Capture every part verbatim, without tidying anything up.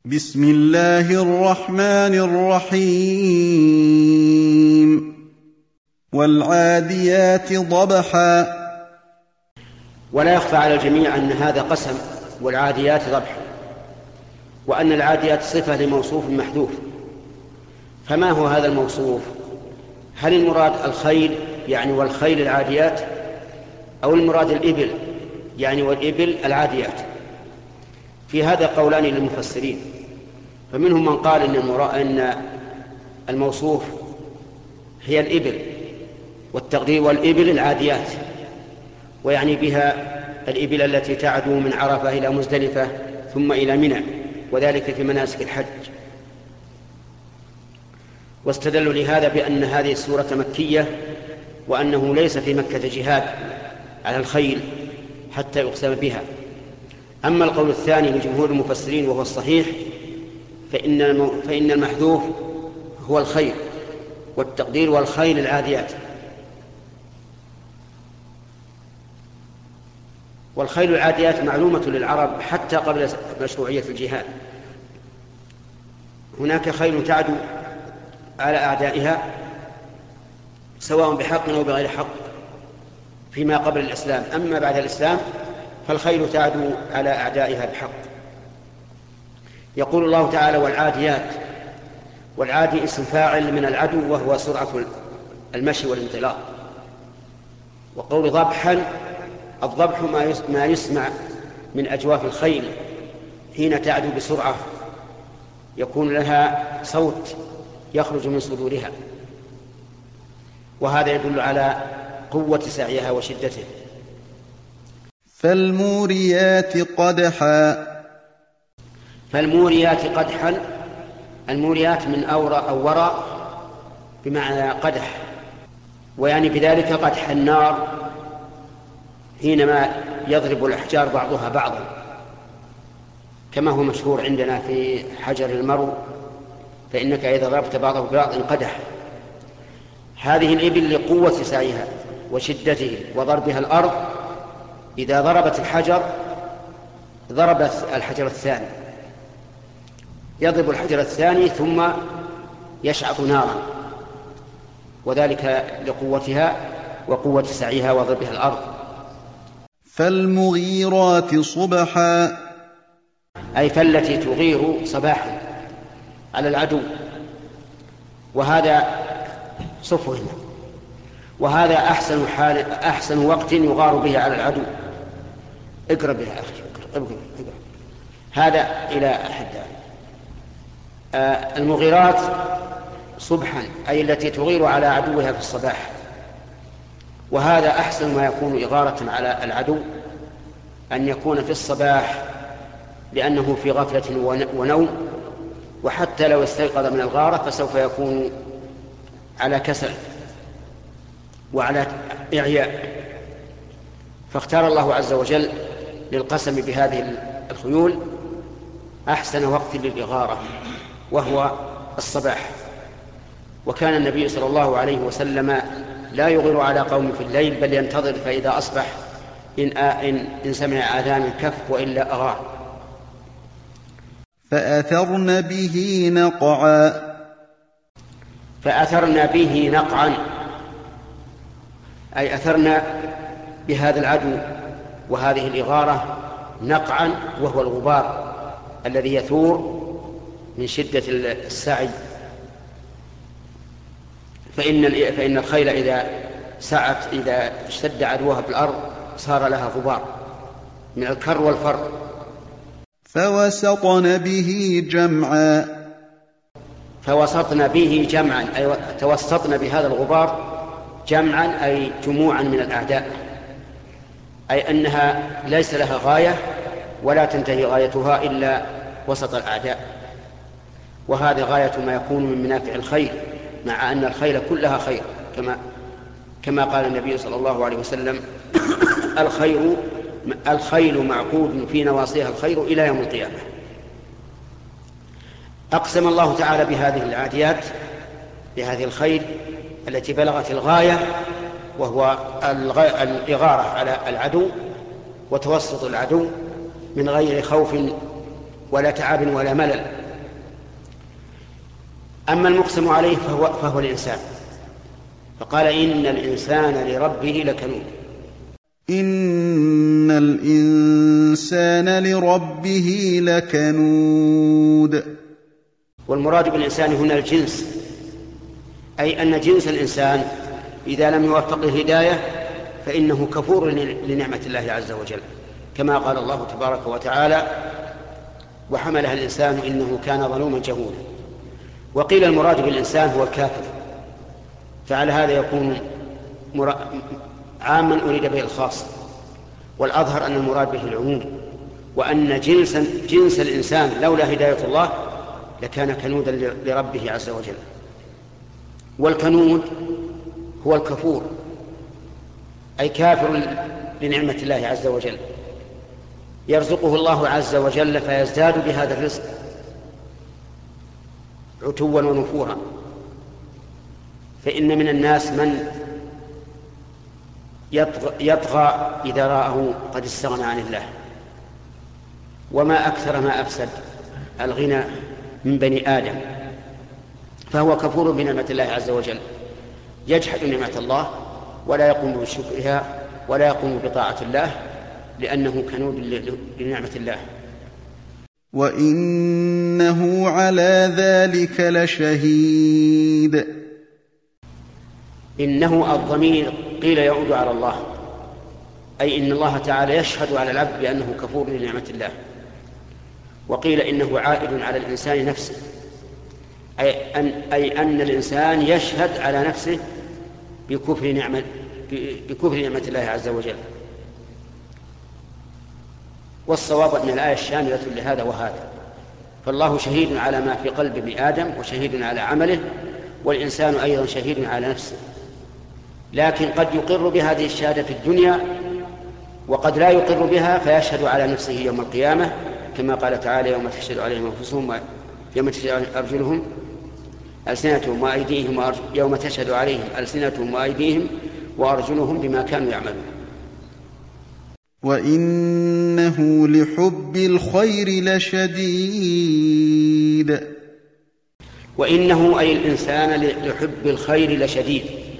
بسم الله الرحمن الرحيم والعاديات ضبحا. ولا يخفى على الجميع أن هذا قسم والعاديات ضبحا، وأن العاديات صفة لموصوف محذوف. فما هو هذا الموصوف؟ هل المراد الخيل يعني والخيل العاديات، أو المراد الإبل يعني والإبل العاديات؟ في هذا قولان للمفسرين، فمنهم من قال إن, إن الموصوف هي الإبل والتقدير والإبل العاديات، ويعني بها الإبل التي تعدو من عرفة إلى مزدلفة ثم إلى منى، وذلك في مناسك الحج. واستدلوا لهذا بأن هذه السورة مكية، وأنه ليس في مكة جهاد على الخيل حتى يقسم بها. أما القول الثاني لجمهور المفسرين وهو الصحيح، فإن فإن المحذوف هو الخيل والتقدير والخيل العاديات. والخيل العاديات معلومة للعرب حتى قبل مشروعية الجهاد. هناك خيل تعدو على أعدائها سواء بحق أو بغير حق فيما قبل الإسلام. أما بعد الإسلام فالخيل تعدو على أعدائها بحق. يقول الله تعالى والعاديات، والعادي اسم فاعل من العدو وهو سرعة المشي والانطلاق. وقول ضبحا، الضبح ما يسمع من أجواف الخيل حين تعدو بسرعة، يكون لها صوت يخرج من صدورها، وهذا يدل على قوة سعيها وشدته. فالموريات قدحا. فالموريات قدحا، الموريات من أورى أو وراء بمعنى قدح، ويعني بذلك قدح النار حينما يضرب الأحجار بعضها بعضا، كما هو مشهور عندنا في حجر المرو، فإنك إذا ضربت بعضه ببعض انقدح. هذه الإبل لقوة سعيها وشدته وضربها الأرض، إذا ضربت الحجر ضربت الحجر الثاني، يضرب الحجر الثاني ثم يشعط نارا، وذلك لقوتها وقوة سعيها وضربها الأرض. فالمغيرات صبحا، أي فالتي تغير صباحا على العدو، وهذا صفه، وهذا أحسن, حال أحسن وقت يغار به على العدو. اقرأ بها أخي، اقرأ, اقرأ, اقرأ. هذا إلى أحد. آه المغيرات صبحا أي التي تغير على عدوها في الصباح، وهذا أحسن ما يكون إغارة على العدو، أن يكون في الصباح لأنه في غفلة ونوم، وحتى لو استيقظ من الغارة فسوف يكون على كسل وعلى إعياء. فاختار الله عز وجل للقسم بهذه الخيول أحسن وقت للإغارة وهو الصباح. وكان النبي صلى الله عليه وسلم لا يغير على قوم في الليل، بل ينتظر فإذا أصبح إن, إن, إن سمع آذان كف وإلا أغار. فأثرن به نقعا. فأثرن به نقعا أي أثرن بهذا العدو وهذه الإغارة نقعا، وهو الغبار الذي يثور من شدة السعي. فإن فإن الخيل إذا سعت إذا اشتد عدوها في الأرض صار لها غبار من الكر والفر. فوسطن به جمعا. فوسطن به جمعا أي توسطن بهذا الغبار جمعا أي جموعا من الأعداء، أي أنها ليس لها غاية ولا تنتهي غايتها إلا وسط الأعداء. وهذا غاية ما يكون من منافع الخيل، مع أن الخيل كلها خير، كما كما قال النبي صلى الله عليه وسلم الخير الخيل معقود في نواصيها الخير إلى يوم القيامة. أقسم الله تعالى بهذه العاديات، بهذه الخيل التي بلغت الغاية، وهو الإغارة على العدو وتوسط العدو من غير خوف ولا تعب ولا ملل. أما المقسم عليه فهو, فهو الإنسان، فقال إن الإنسان لربه لكنود. إن الإنسان لربه لكنود. والمراد بالإنسان هنا الجنس، أي أن جنس الإنسان إذا لم يوفق الهداية فإنه كفور لنعمة الله عز وجل، كما قال الله تبارك وتعالى: وحملها الإنسان إنه كان ظلوما جهولا. وقيل المراد بالإنسان هو الكافر، فعلى هذا يكون عاما أريد به الخاص، والأظهر أن المراد به العموم، وأن جنس, جنس الإنسان لولا هداية الله لكان كنودا لربه عز وجل. والكنود هو الكفور، أي كافر لنعمة الله عز وجل، يرزقه الله عز وجل فيزداد بهذا الرزق عتوا ونفورا. فإن من الناس من يطغى إذا رآه قد استغنى عن الله، وما أكثر ما أفسد الغنى من بني آدم، فهو كفور بنعمة الله عز وجل، يجحد نعمة الله ولا يقوم بشكرها ولا يقوم بطاعة الله، لأنه كنود لنعمة الله. وإنه على ذلك لشهيد. إنه الضمير قيل يعود على الله، أي إن الله تعالى يشهد على العبد بأنه كفور لنعمة الله، وقيل إنه عائد على الإنسان نفسه، أي أن, أي أن الإنسان يشهد على نفسه بكفر نعمة, بكفر نعمة الله عز وجل. والصواب أن الآية شاملة لهذا وهذا، فالله شهيد على ما في قلب ابن آدم وشهيد على عمله، والإنسان أيضا شهيد على نفسه، لكن قد يقر بهذه الشهادة في الدنيا وقد لا يقر بها فيشهد على نفسه يوم القيامة، كما قال تعالى: يوم تشهد عليهم أنفسهم يوم تشهد أرجلهم ألسنتهم وأيديهم يوم تشهد عليهم ألسنتهم وأيديهم وأرجلهم بما كانوا يعملون. وإنه لحب الخير لشديد. وإنه أي الإنسان لحب الخير لشديد.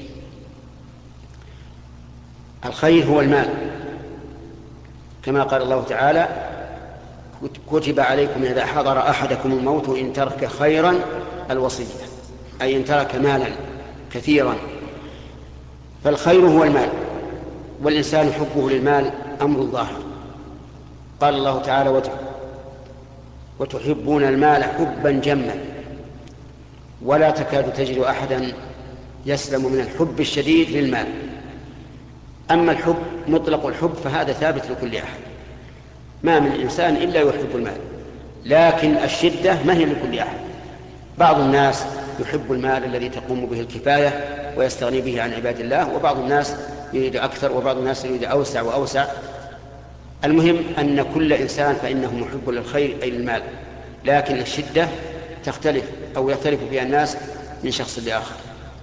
الخير هو المال، كما قال الله تعالى: كتب عليكم إذا حضر أحدكم الموت إن ترك خيرا الوصية، أي إن ترك مالا كثيرا. فالخير هو المال، والإنسان حبه للمال أمر ظاهر. قال الله تعالى: وتحبون المال حبا جما، ولا تكاد تجد أحدا يسلم من الحب الشديد للمال. أما الحب مطلق الحب فهذا ثابت لكل أحد، ما من إنسان إلا يحب المال، لكن الشدة ما هي لكل أحد. بعض الناس يحب المال الذي تقوم به الكفاية ويستغني به عن عباد الله، وبعض الناس يريد أكثر، وبعض الناس يريد أوسع وأوسع. المهم أن كل إنسان فإنه محب للخير أي للمال، لكن الشدة تختلف أو يختلف فيها الناس من شخص لآخر.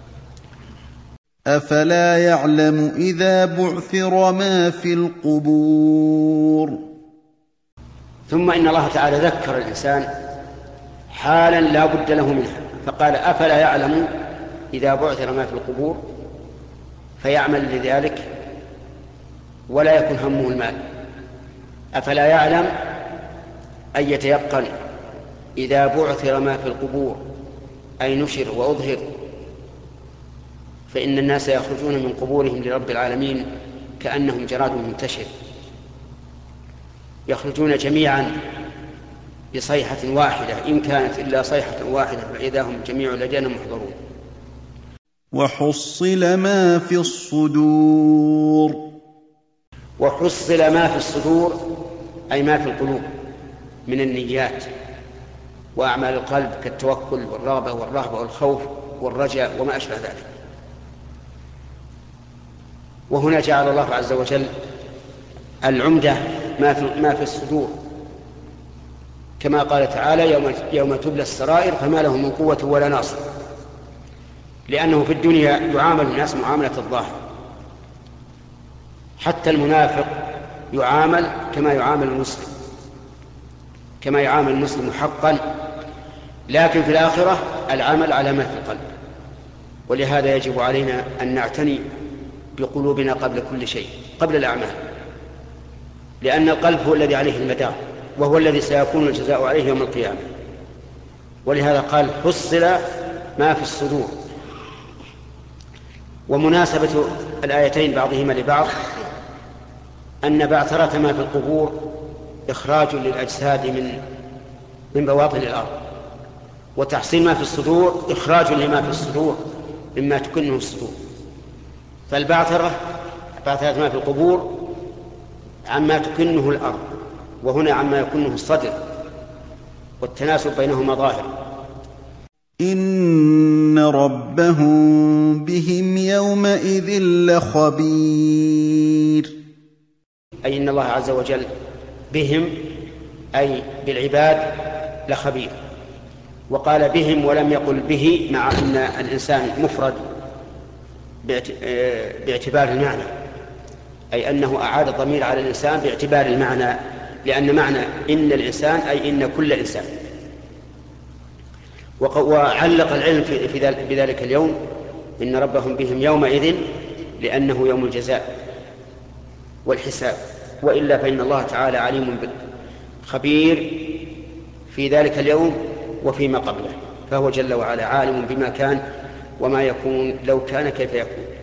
أفلا يعلم إذا بعثر ما في القبور. ثم إن الله تعالى ذكر الإنسان حالا لا بد له منها، فقال: أفلا يعلم إذا بعثر ما في القبور، فيعمل لذلك ولا يكون همه المال. أفلا يعلم أن يتيقن إذا بعثر ما في القبور، أي نشر وأظهر، فإن الناس يخرجون من قبورهم لرب العالمين كأنهم جراد منتشر، يخرجون جميعا بصيحة واحدة، إن كانت إلا صيحة واحدة فإذا هم جميع لدينا محضرون. وحصل ما في الصدور. وحصل ما في الصدور أي ما في القلوب من النيات وأعمال القلب كالتوكل والرغبة والرهبة والخوف والرجاء وما أشبه ذلك. وهنا جعل الله عز وجل العمدة ما في, ما في الصدور، كما قال تعالى: يوم, يوم تبلى السرائر فما له من قوة ولا ناصر، لأنه في الدنيا يعامل الناس معاملة الظاهر، حتى المنافق يعامل كما يعامل المسلم، كما يعامل المسلم حقا، لكن في الآخرة العمل على ما في القلب. ولهذا يجب علينا أن نعتني بقلوبنا قبل كل شيء، قبل الأعمال، لأن القلب هو الذي عليه المدار، وهو الذي سيكون الجزاء عليه يوم القيامة. ولهذا قال حصل ما في الصدور. ومناسبة الآيتين بعضهما لبعض أن بعثرة ما في القبور إخراج للأجساد من من بواطن الأرض، وتحصيل ما في الصدور إخراج لما في الصدور مما تكنه الصدور. فالبعثرة بعثرة ما في القبور عما تكنه الأرض، وهنا عما يكنه الصدر، والتناسب بينهما ظاهر. إن ربهم بهم يومئذ لخبير. أي إن الله عز وجل بهم أي بالعباد لخبير. وقال بهم ولم يقل به، مع أن الإنسان مفرد باعتبار المعنى، أي أنه أعاد الضمير على الإنسان باعتبار المعنى، لأن معنى إن الإنسان أي إن كل إنسان. وعلق العلم في بذلك اليوم إن ربهم بهم يومئذ لأنه يوم الجزاء والحساب، وإلا فإن الله تعالى عليم خبير في ذلك اليوم وفيما قبله، فهو جل وعلا عالم بما كان وما يكون لو كان كيف يكون.